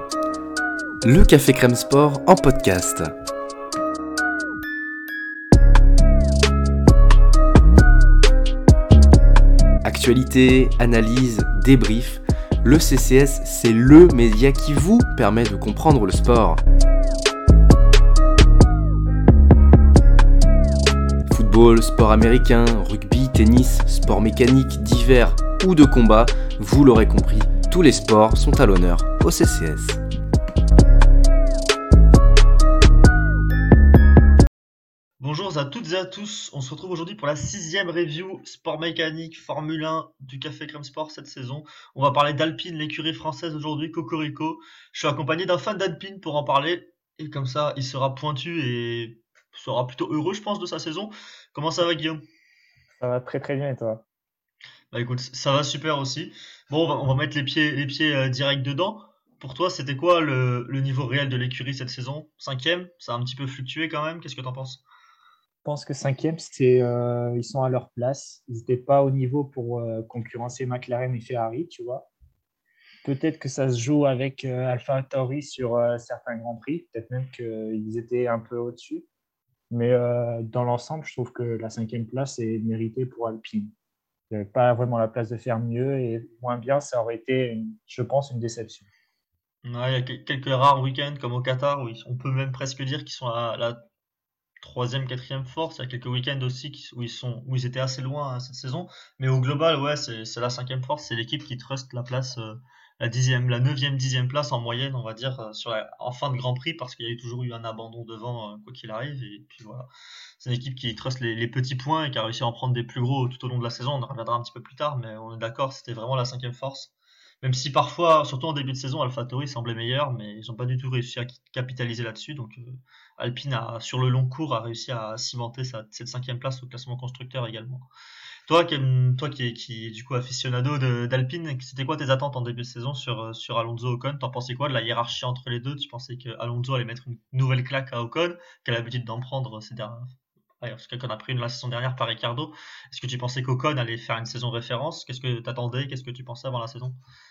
Le Café Crème Sport en podcast. Actualité, analyse, débrief, le CCS, c'est le média qui vous permet de comprendre le sport. Football, sport américain, rugby, tennis, sport mécanique, divers ou de combat, vous l'aurez compris, tous les sports sont à l'honneur au CCS. Bonjour à toutes et à tous, on se retrouve aujourd'hui pour la 6e review sport mécanique Formule 1 du Café Crème Sport cette saison. On va parler d'Alpine, l'écurie française aujourd'hui, Cocorico. Je suis accompagné d'un fan d'Alpine pour en parler, et comme ça il sera pointu et sera plutôt heureux je pense de sa saison. Comment ça va Guillaume? Ça va très très bien et toi? Bah écoute, ça va super aussi. Bon, on va mettre les pieds direct dedans. Pour toi, c'était quoi le niveau réel de l'écurie cette saison? 5e, ça a un petit peu fluctué quand même, qu'est-ce que t'en penses? Je pense que cinquième, ils sont à leur place. Ils n'étaient pas au niveau pour concurrencer McLaren et Ferrari, tu vois. Peut-être que ça se joue avec AlphaTauri sur certains grands prix. Peut-être même qu'ils étaient un peu au-dessus. Mais dans l'ensemble, je trouve que la cinquième place est méritée pour Alpine. Il n'y avait pas vraiment la place de faire mieux et moins bien, ça aurait été, je pense, une déception. Ouais, il y a quelques rares week-ends comme au Qatar on peut même presque dire qu'ils sont à la troisième, quatrième force. Il y a quelques week-ends aussi où ils étaient assez loin cette saison. Mais au global, ouais, c'est la cinquième force. C'est l'équipe qui trust la place, la dixième, la neuvième, dixième place en moyenne, on va dire, en fin de Grand Prix parce qu'il y a toujours eu un abandon devant, quoi qu'il arrive. Et puis voilà. C'est une équipe qui trust les petits points et qui a réussi à en prendre des plus gros tout au long de la saison. On en reviendra un petit peu plus tard, mais on est d'accord, c'était vraiment la cinquième force. Même si parfois, surtout en début de saison, AlphaTauri semblait meilleur, mais ils n'ont pas du tout réussi à capitaliser là-dessus. Donc Alpine sur le long cours, a réussi à cimenter cette cinquième place au classement constructeur également. Toi qui est du coup aficionado d'Alpine, c'était quoi tes attentes en début de saison sur Alonso Ocon? T'en pensais quoi de la hiérarchie entre les deux? Tu pensais que Alonso allait mettre une nouvelle claque à Ocon, qu'elle a l'habitude d'en prendre ces dernières. Ouais, parce qu'Ocon a pris une la saison dernière par Ricardo. Est-ce que tu pensais qu'Ocon allait faire une saison référence? Qu'est-ce que t'attendais? Qu'est-ce que tu pensais avant la saison?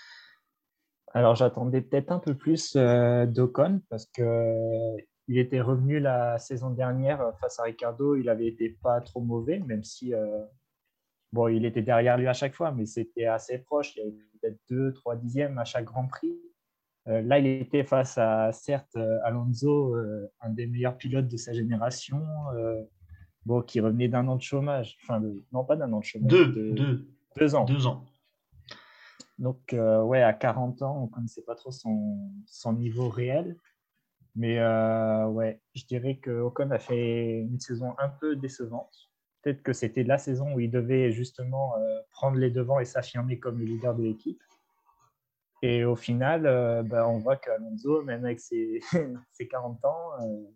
Alors j'attendais peut-être un peu plus d'Ocon parce que il était revenu la saison dernière face à Ricardo. Il avait été pas trop mauvais, même si bon, il était derrière lui à chaque fois, mais c'était assez proche. Il y avait peut-être 2, 3 dixièmes à chaque Grand Prix. Là, il était face à, certes, Alonso, un des meilleurs pilotes de sa génération, bon, qui revenait d'un an de chômage. Enfin, non, pas d'un an de chômage, Deux, de deux, 2 ans. 2 ans. Donc, ouais, à 40 ans, on ne connaissait pas trop son niveau réel. Mais ouais, je dirais que Ocon a fait une saison un peu décevante. Peut-être que c'était la saison où il devait justement prendre les devants et s'affirmer comme le leader de l'équipe. Et au final, on voit qu'Alonso, même avec ses 40 ans,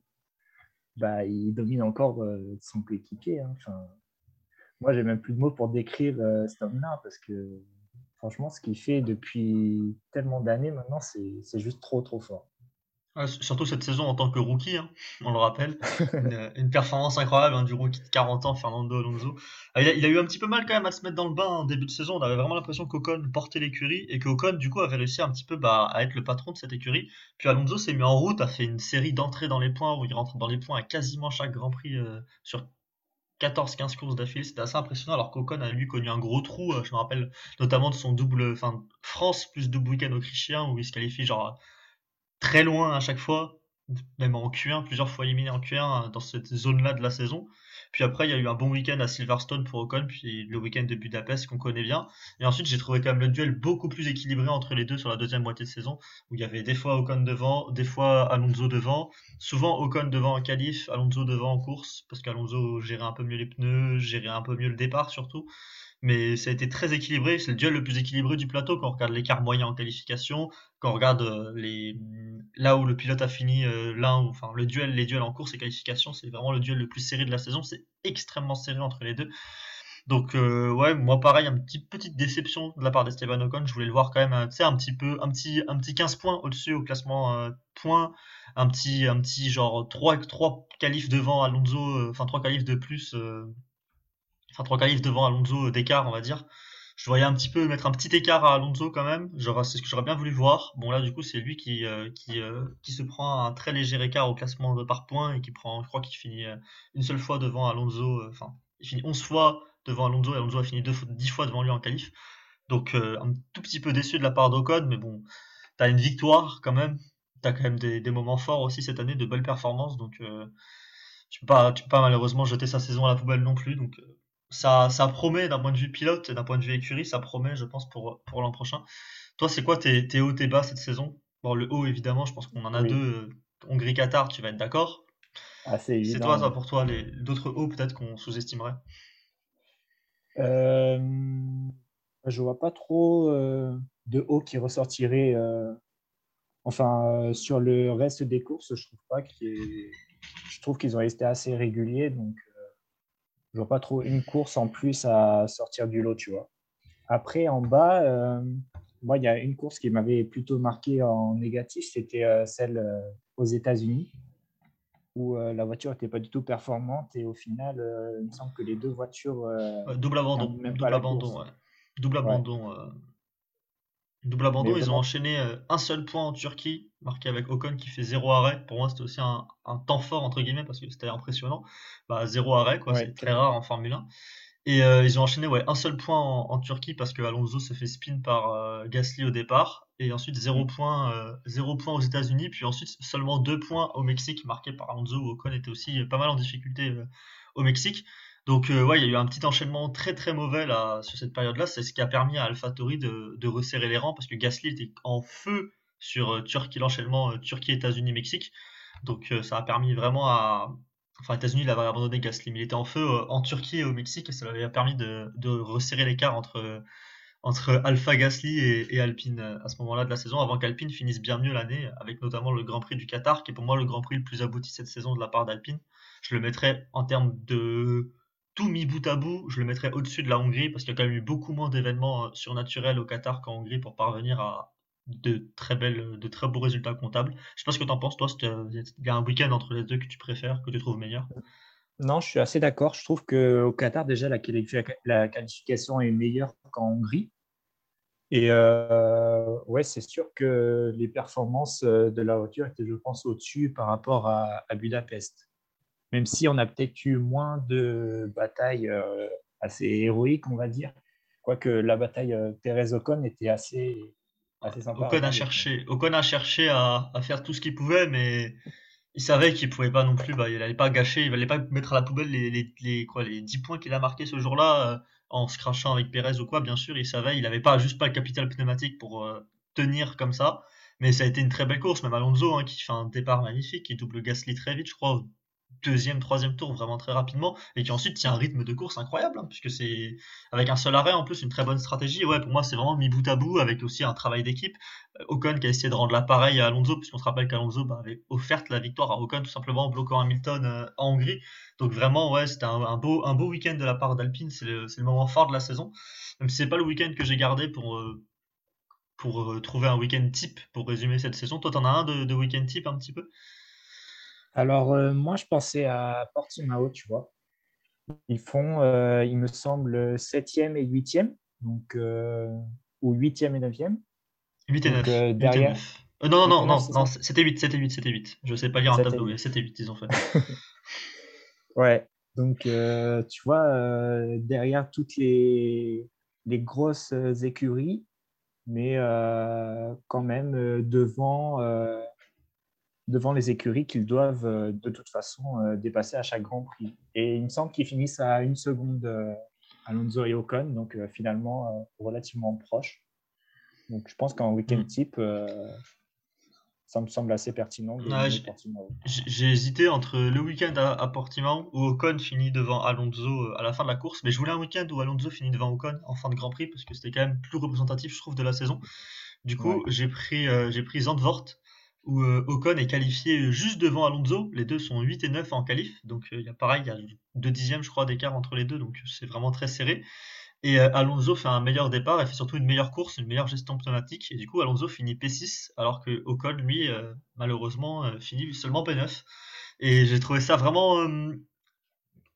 il domine encore son coéquipier. Hein. Enfin, moi, j'ai même plus de mots pour décrire cet homme-là parce que franchement, ce qu'il fait depuis tellement d'années maintenant, c'est juste trop, trop fort. Ouais, surtout cette saison en tant que rookie, hein, on le rappelle. Une performance incroyable hein, du rookie de 40 ans, Fernando Alonso. Ah, il a eu un petit peu mal quand même à se mettre dans le bain en début de saison. On avait vraiment l'impression qu'Ocon portait l'écurie et qu'Ocon, du coup, avait réussi un petit peu à être le patron de cette écurie. Puis Alonso s'est mis en route, a fait une série d'entrées dans les points où il rentre dans les points à quasiment chaque Grand Prix sur 14-15 courses d'affilée. C'était assez impressionnant alors qu'Ocon a lui connu un gros trou. Je me rappelle notamment de son double, enfin, France plus double week-end autrichien où il se qualifie genre très loin à chaque fois, même en Q1, plusieurs fois éliminé en Q1 dans cette zone-là de la saison. Puis après, il y a eu un bon week-end à Silverstone pour Ocon, puis le week-end de Budapest qu'on connaît bien. Et ensuite, j'ai trouvé quand même le duel beaucoup plus équilibré entre les deux sur la deuxième moitié de saison, où il y avait des fois Ocon devant, des fois Alonso devant, souvent Ocon devant en qualif, Alonso devant en course, parce qu'Alonso gérait un peu mieux les pneus, gérait un peu mieux le départ surtout. Mais ça a été très équilibré. C'est le duel le plus équilibré du plateau quand on regarde l'écart moyen en qualification, quand on regarde là où le pilote a fini, enfin les duels en course et qualification, c'est vraiment le duel le plus serré de la saison. C'est extrêmement serré entre les deux. Donc ouais, moi pareil, une petite déception de la part d'Esteban Ocon. Je voulais le voir quand même, tu sais, un petit peu, un petit 15 points au-dessus au classement points, un petit genre trois qualifs devant Alonso, enfin trois qualifs de plus. Enfin 3 qualifs devant Alonso d'écart, on va dire. Je voyais un petit peu mettre un petit écart à Alonso quand même. Genre, c'est ce que j'aurais bien voulu voir. Bon là, du coup, c'est lui qui se prend un très léger écart au classement de par points et qui prend, je crois qu'il finit une seule fois devant Alonso. Enfin, il finit 11 fois devant Alonso et Alonso a fini 10 fois devant lui en qualif. Donc un tout petit peu déçu de la part d'Ocon, mais bon, t'as une victoire quand même. T'as quand même des moments forts aussi cette année, de belles performances. Donc tu peux pas malheureusement jeter sa saison à la poubelle non plus. Donc ça promet d'un point de vue pilote et d'un point de vue écurie, ça promet, je pense, pour l'an prochain. Toi, c'est quoi tes hauts, tes bas cette saison? Bon, le haut, évidemment, je pense qu'on en a deux. Oui, Hongrie-Qatar, tu vas être d'accord. assez C'est toi, évident, ça, oui. pour toi, d'autres hauts peut-être qu'on sous-estimerait? Euh, je vois pas trop de haut qui ressortirait. Enfin, sur le reste des courses, je trouve qu'ils ont resté assez réguliers, donc je vois pas trop une course en plus à sortir du lot, tu vois. Après, en bas, moi, il y a une course qui m'avait plutôt marqué en négatif, c'était celle aux États-Unis, où la voiture n'était pas du tout performante et au final, il me semble que les deux voitures Double abandon, terminent même pas double la abandon, course. ouais. Double Ouais, abandon, double mais abandon, ils ont vraiment, enchaîné un seul point en Turquie, marqué avec Ocon qui fait zéro arrêt. Pour moi, c'était aussi un temps fort, entre guillemets, parce que c'était impressionnant. Bah, zéro arrêt, quoi, ouais, c'est très rare en Formule 1. Et ils ont enchaîné ouais, un seul point en Turquie parce que Alonso se fait spin par Gasly au départ. Et ensuite zéro point aux États-Unis. Puis ensuite seulement 2 points au Mexique marqués par Alonso où Ocon était aussi pas mal en difficulté au Mexique. Donc ouais, il y a eu un petit enchaînement très très mauvais là sur cette période-là. C'est ce qui a permis à AlphaTauri de resserrer les rangs parce que Gasly était en feu sur l'enchaînement Turquie-États-Unis-Mexique. Donc ça a permis vraiment à, enfin, les États-Unis, il avait abandonné Gasly, mais il était en feu en Turquie et au Mexique, et ça lui a permis de resserrer l'écart entre Alpha Gasly et Alpine à ce moment-là de la saison, avant qu'Alpine finisse bien mieux l'année, avec notamment le Grand Prix du Qatar, qui est pour moi le Grand Prix le plus abouti cette saison de la part d'Alpine. Je le mettrais en termes de tout mis bout à bout, je le mettrais au-dessus de la Hongrie, parce qu'il y a quand même eu beaucoup moins d'événements surnaturels au Qatar qu'en Hongrie pour parvenir à de très beaux résultats comptables. Je sais pas ce que t'en penses, toi, il y a un week-end entre les deux que tu préfères, que tu trouves meilleur. non, je suis assez d'accord. Je trouve qu'au Qatar, déjà, la qualification est meilleure qu'en Hongrie. Et ouais, c'est sûr que les performances de la voiture étaient, je pense, au-dessus par rapport à Budapest. Même si on a peut-être eu moins de batailles assez héroïques, on va dire. Quoique la bataille Perez-Ocon était assez sympa à regarder, quoi. Ocon a cherché à faire tout ce qu'il pouvait, mais il savait qu'il pouvait pas non plus, bah, il allait pas gâcher, il allait pas mettre à la poubelle les 10 points qu'il a marqués ce jour-là, en se crachant avec Perez ou quoi, bien sûr, il savait, il avait pas juste pas le capital pneumatique pour tenir comme ça, mais ça a été une très belle course, même Alonso, hein, qui fait un départ magnifique, qui double Gasly très vite, je crois, au deuxième, troisième tour, vraiment très rapidement, et qui ensuite tient un rythme de course incroyable, hein, puisque c'est, avec un seul arrêt, en plus, une très bonne stratégie, ouais, pour moi, c'est vraiment mis bout à bout, avec aussi un travail d'équipe. Ocon qui a essayé de rendre l'appareil à Alonso, puisqu'on se rappelle qu'Alonso bah, avait offert la victoire à Ocon tout simplement en bloquant Hamilton en Hongrie. Donc vraiment, ouais, c'était un beau week-end de la part d'Alpine, c'est le moment fort de la saison. Même si c'est pas le week-end que j'ai gardé pour trouver un week-end type pour résumer cette saison. Toi, t'en as un de week-end type un petit peu? Alors, moi, je pensais à Portimao, tu vois. Ils font, il me semble, septième et huitième, donc, ou huitième et neuvième. 8 et Donc, 9. 8 et derrière, 9. Non, non, 8 non, et 9, non, c'est non, ça? c'était 8. Je sais pas lire un 7 et tableau, mais 8. c'était 8 ils ont fait. Ouais, donc tu vois, derrière toutes les grosses écuries, mais quand même devant les écuries qu'ils doivent de toute façon dépasser à chaque Grand Prix. Et il me semble qu'ils finissent à une seconde Alonso et Ocon, donc finalement relativement proches. Donc je pense qu'en week-end Hmm. type, ça me semble assez pertinent de Ouais, nommer Portimao. j'ai hésité entre le week-end à Portimao où Ocon finit devant Alonso à la fin de la course, mais je voulais un week-end où Alonso finit devant Ocon en fin de Grand Prix parce que c'était quand même plus représentatif, je trouve, de la saison. Du coup, Ouais. j'ai pris Zandvoort où Ocon est qualifié juste devant Alonso. Les deux sont 8 et 9 en qualif, donc il y a pareil, il y a 2 dixièmes, je crois, d'écart entre les deux, donc c'est vraiment très serré. Et Alonso fait un meilleur départ et fait surtout une meilleure course, une meilleure gestion pneumatique. Et du coup, Alonso finit P6, alors que Ocon, lui, malheureusement, finit seulement P9. Et j'ai trouvé ça vraiment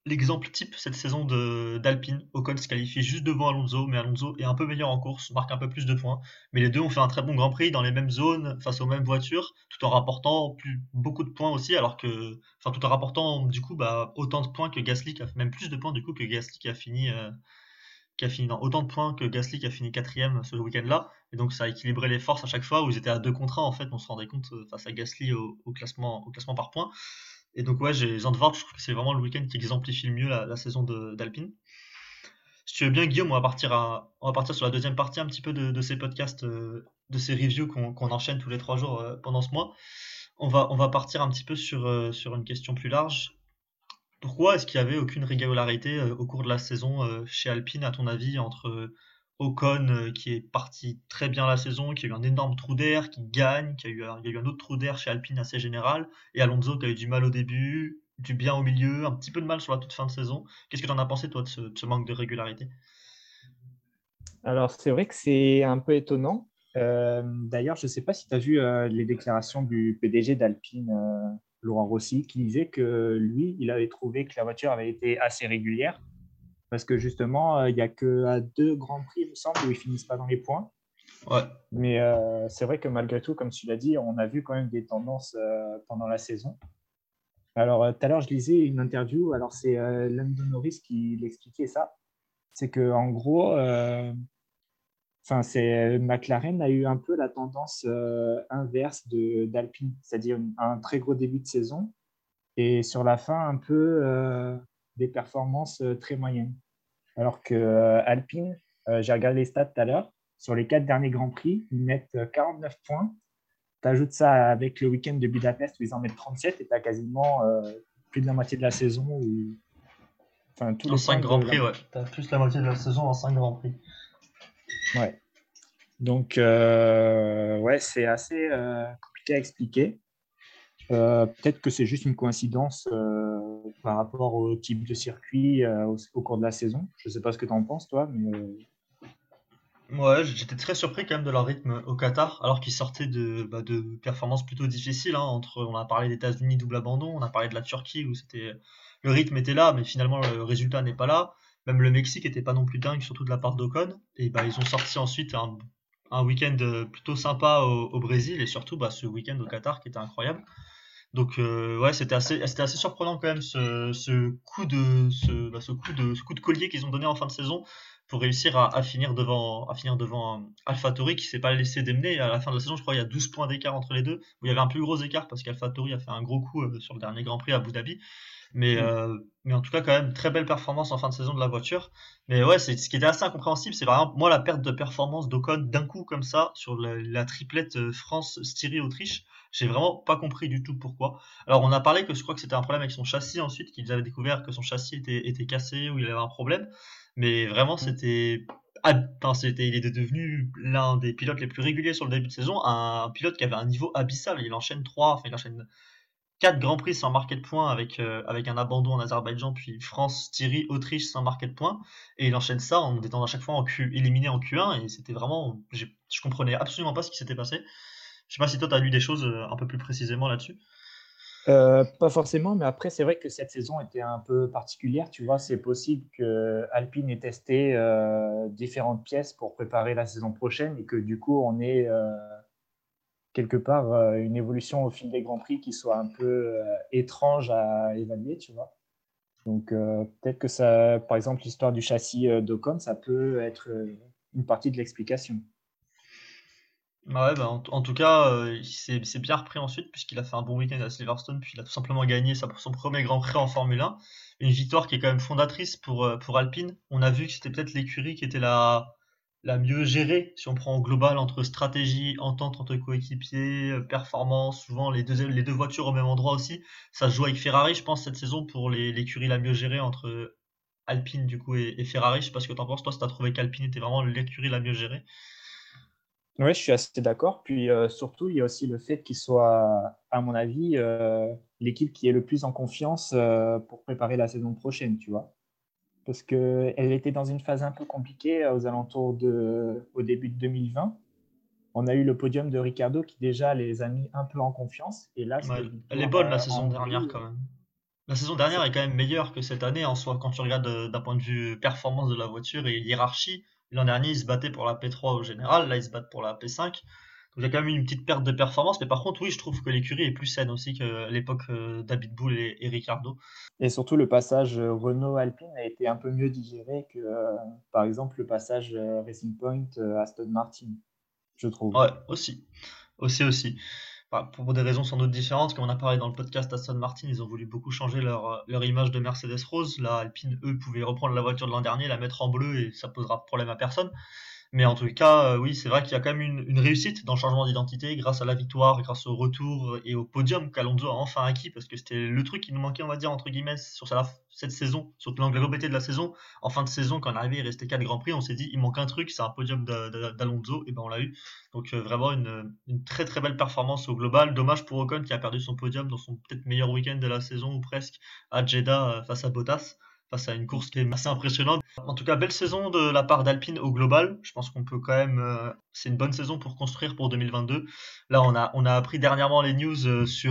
l'exemple type cette saison d'Alpine. Ocon se qualifie juste devant Alonso, mais Alonso est un peu meilleur en course, marque un peu plus de points. Mais les deux ont fait un très bon Grand Prix dans les mêmes zones, face aux mêmes voitures, tout en rapportant beaucoup de points aussi, enfin tout en rapportant du coup autant de points que Gasly, même plus de points du coup que Gasly qui a fini dans autant de points que Gasly qui a fini quatrième ce week-end-là. Et donc ça a équilibré les forces à chaque fois où ils étaient à 2 contre 1 en fait, on se rendait compte face à Gasly au classement par points. Et donc ouais, j'ai Zandvoort, je trouve que c'est vraiment le week-end qui exemplifie le mieux la saison d'Alpine. Si tu veux bien Guillaume, on va partir sur la deuxième partie un petit peu de ces podcasts, de ces reviews qu'on enchaîne tous les 3 jours pendant ce mois. On va partir un petit peu sur une question plus large. Pourquoi est-ce qu'il y avait aucune régularité au cours de la saison chez Alpine, à ton avis, entre Ocon qui est parti très bien la saison, qui a eu un énorme trou d'air, qui gagne, il y a eu un autre trou d'air chez Alpine assez général, et Alonso qui a eu du mal au début, du bien au milieu, un petit peu de mal sur la toute fin de saison. Qu'est-ce que tu en as pensé, toi, de ce manque de régularité? Alors, c'est vrai que c'est un peu étonnant. D'ailleurs, je ne sais pas si tu as vu les déclarations du PDG d'Alpine, Laurent Rossi, qui disait que lui, il avait trouvé que la voiture avait été assez régulière parce que justement, il n'y a que à 2 grands prix, il me semble, où ils finissent pas dans les points. Ouais, Mais c'est vrai que malgré tout, comme tu l'as dit, on a vu quand même des tendances pendant la saison. Alors, tout à l'heure, je lisais une interview. Alors, c'est Lando Norris qui l'expliquait ça. C'est que en gros, McLaren a eu un peu la tendance inverse d'Alpine, c'est-à-dire un très gros début de saison et sur la fin, un peu des performances très moyennes. Alors que Alpine, j'ai regardé les stats tout à l'heure, sur les 4 derniers Grands Prix, ils mettent 49 points. Tu ajoutes ça avec le week-end de Budapest où ils en mettent 37 et tu as quasiment plus de la moitié de la saison, enfin tous en les 5 points de Grands la. Prix, ouais. T'as plus la moitié de la saison en 5 Grands Prix. Ouais. Donc, ouais, c'est assez compliqué à expliquer. Peut-être que c'est juste une coïncidence par rapport au type de circuit au cours de la saison. Je ne sais pas ce que tu en penses, toi, mais Ouais, j'étais très surpris quand même de leur rythme au Qatar, alors qu'ils sortaient de performances plutôt difficiles, hein, on a parlé des États-Unis double abandon, on a parlé de la Turquie où le rythme était là, mais finalement le résultat n'est pas là. Même le Mexique était pas non plus dingue, surtout de la part d'Ocon. Et bah ils ont sorti ensuite un week-end plutôt sympa au Brésil et surtout ce week-end au Qatar qui était incroyable. Donc ouais, c'était assez surprenant quand même ce coup de collier qu'ils ont donné en fin de saison pour réussir à finir devant AlphaTauri qui s'est pas laissé démener. À la fin de la saison, je crois il y a 12 points d'écart entre les deux, où il y avait un plus gros écart parce qu'AlphaTauri a fait un gros coup sur le dernier Grand Prix à Abu Dhabi. Mais en tout cas, quand même, très belle performance en fin de saison de la voiture. Mais ouais, ce qui était assez incompréhensible, c'est vraiment, moi, la perte de performance d'Ocon d'un coup, comme ça, sur la triplette France, Styrie, Autriche. J'ai vraiment pas compris du tout pourquoi. Alors, on a parlé que je crois que c'était un problème avec son châssis ensuite, qu'ils avaient découvert que son châssis était cassé ou il avait un problème. Mais vraiment, il était devenu l'un des pilotes les plus réguliers sur le début de saison, un pilote qui avait un niveau abyssal. Il enchaîne 4 Grands Prix sans marquer de points avec un abandon en Azerbaïdjan, puis France, Styrie, Autriche sans marquer de points. Et il enchaîne ça en étant à chaque fois éliminé en Q1. Et c'était vraiment. Je comprenais absolument pas ce qui s'était passé. Je sais pas si toi, tu as lu des choses un peu plus précisément là-dessus. pas forcément. Mais après, c'est vrai que cette saison était un peu particulière. Tu vois, c'est possible que Alpine ait testé différentes pièces pour préparer la saison prochaine et que du coup, on ait quelque part une évolution au fil des Grands Prix qui soit un peu étrange à évaluer, tu vois. Donc, peut-être que ça, par exemple, l'histoire du châssis d'Ocon, ça peut être une partie de l'explication. Ouais, en tout cas, il s'est bien repris ensuite, puisqu'il a fait un bon week-end à Silverstone, puis il a tout simplement gagné son premier Grand Prix en Formule 1. Une victoire qui est quand même fondatrice pour Alpine. On a vu que c'était peut-être l'écurie qui était la mieux gérée, si on prend au global, entre stratégie, entente entre coéquipiers, performance, souvent les deux voitures au même endroit aussi. Ça se joue avec Ferrari, je pense, cette saison, pour l'écurie la mieux gérée entre Alpine, du coup, et Ferrari. Je sais pas ce que t'en penses, toi, si t'as trouvé qu'Alpine était vraiment l'écurie la mieux gérée. Oui, je suis assez d'accord. Puis surtout, il y a aussi le fait qu'il soit, à mon avis, l'équipe qui est le plus en confiance pour préparer la saison prochaine, tu vois. Parce qu'elle était dans une phase un peu compliquée au début de 2020. On a eu le podium de Ricardo qui déjà les a mis un peu en confiance. Et là, Ouais, cette elle est victoire bonne la en saison dernière Hongrie, quand même. La saison dernière est quand même meilleure que cette année en soi, quand tu regardes d'un point de vue performance de la voiture et hiérarchie. L'an dernier, ils se battaient pour la P3 au général, là, ils se battent pour la P5. Donc, il y a quand même eu une petite perte de performance, mais par contre, oui, je trouve que l'écurie est plus saine aussi que l'époque d'Abitbull et Ricardo. Et surtout, le passage Renault-Alpine a été un peu mieux digéré que, par exemple, le passage Racing Point Aston Martin, je trouve. Ouais, aussi. Enfin, pour des raisons sans doute différentes, comme on a parlé dans le podcast Aston Martin, ils ont voulu beaucoup changer leur image de Mercedes Rose. Là, Alpine, eux, pouvaient reprendre la voiture de l'an dernier, la mettre en bleu et ça posera problème à personne. Mais en tout cas, oui, c'est vrai qu'il y a quand même une réussite dans le changement d'identité grâce à la victoire, grâce au retour et au podium qu'Alonso a enfin acquis, parce que c'était le truc qui nous manquait, on va dire, entre guillemets, sur cette saison, sur la globalité de la saison. En fin de saison, quand on est arrivé, il restait 4 Grands Prix, on s'est dit, il manque un truc, c'est un podium d'Alonso, et ben on l'a eu. Donc vraiment une très très belle performance au global. Dommage pour Ocon qui a perdu son podium dans son peut-être meilleur week-end de la saison, ou presque, à Jeddah face à Bottas, face à une course qui est assez impressionnante. En tout cas, belle saison de la part d'Alpine au global. Je pense qu'on peut quand même. C'est une bonne saison pour construire pour 2022. Là, on a appris dernièrement les news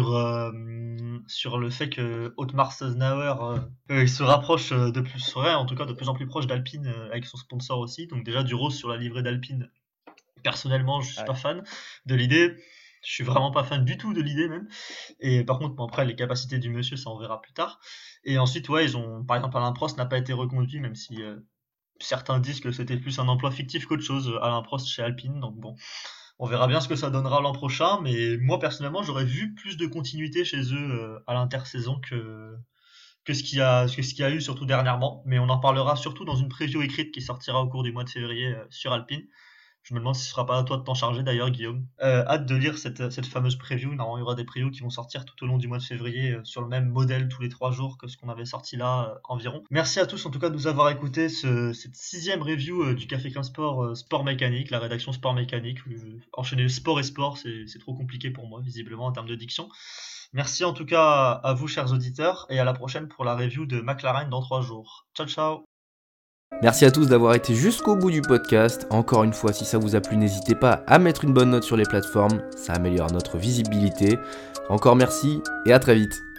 sur le fait que Otmar Szauer il se rapproche serait en tout cas de plus en plus proche d'Alpine avec son sponsor aussi. Donc déjà du rose sur la livrée d'Alpine. Personnellement, je suis pas fan de l'idée. Je suis vraiment pas fan du tout de l'idée même. Et par contre, bon, après, les capacités du monsieur, ça on verra plus tard. Et ensuite, ouais, par exemple, Alain Prost n'a pas été reconduit, même si certains disent que c'était plus un emploi fictif qu'autre chose, Alain Prost chez Alpine. Donc bon, on verra bien ce que ça donnera l'an prochain. Mais moi, personnellement, j'aurais vu plus de continuité chez eux à l'intersaison que ce qu'il y a eu surtout dernièrement. Mais on en parlera surtout dans une preview écrite qui sortira au cours du mois de février sur Alpine. Je me demande si ce sera pas à toi de t'en charger d'ailleurs, Guillaume. Hâte de lire cette fameuse preview. Normalement, il y aura des previews qui vont sortir tout au long du mois de février sur le même modèle tous les 3 jours que ce qu'on avait sorti là environ. Merci à tous en tout cas de nous avoir écouté cette 6e review du Café 15 Sport Sport Mécanique, la rédaction Sport Mécanique. Enchaîner sport et sport, c'est trop compliqué pour moi visiblement en termes de diction. Merci en tout cas à vous chers auditeurs et à la prochaine pour la review de McLaren dans 3 jours. Ciao ciao. Merci à tous d'avoir été jusqu'au bout du podcast. Encore une fois, si ça vous a plu, n'hésitez pas à mettre une bonne note sur les plateformes, ça améliore notre visibilité. Encore merci et à très vite.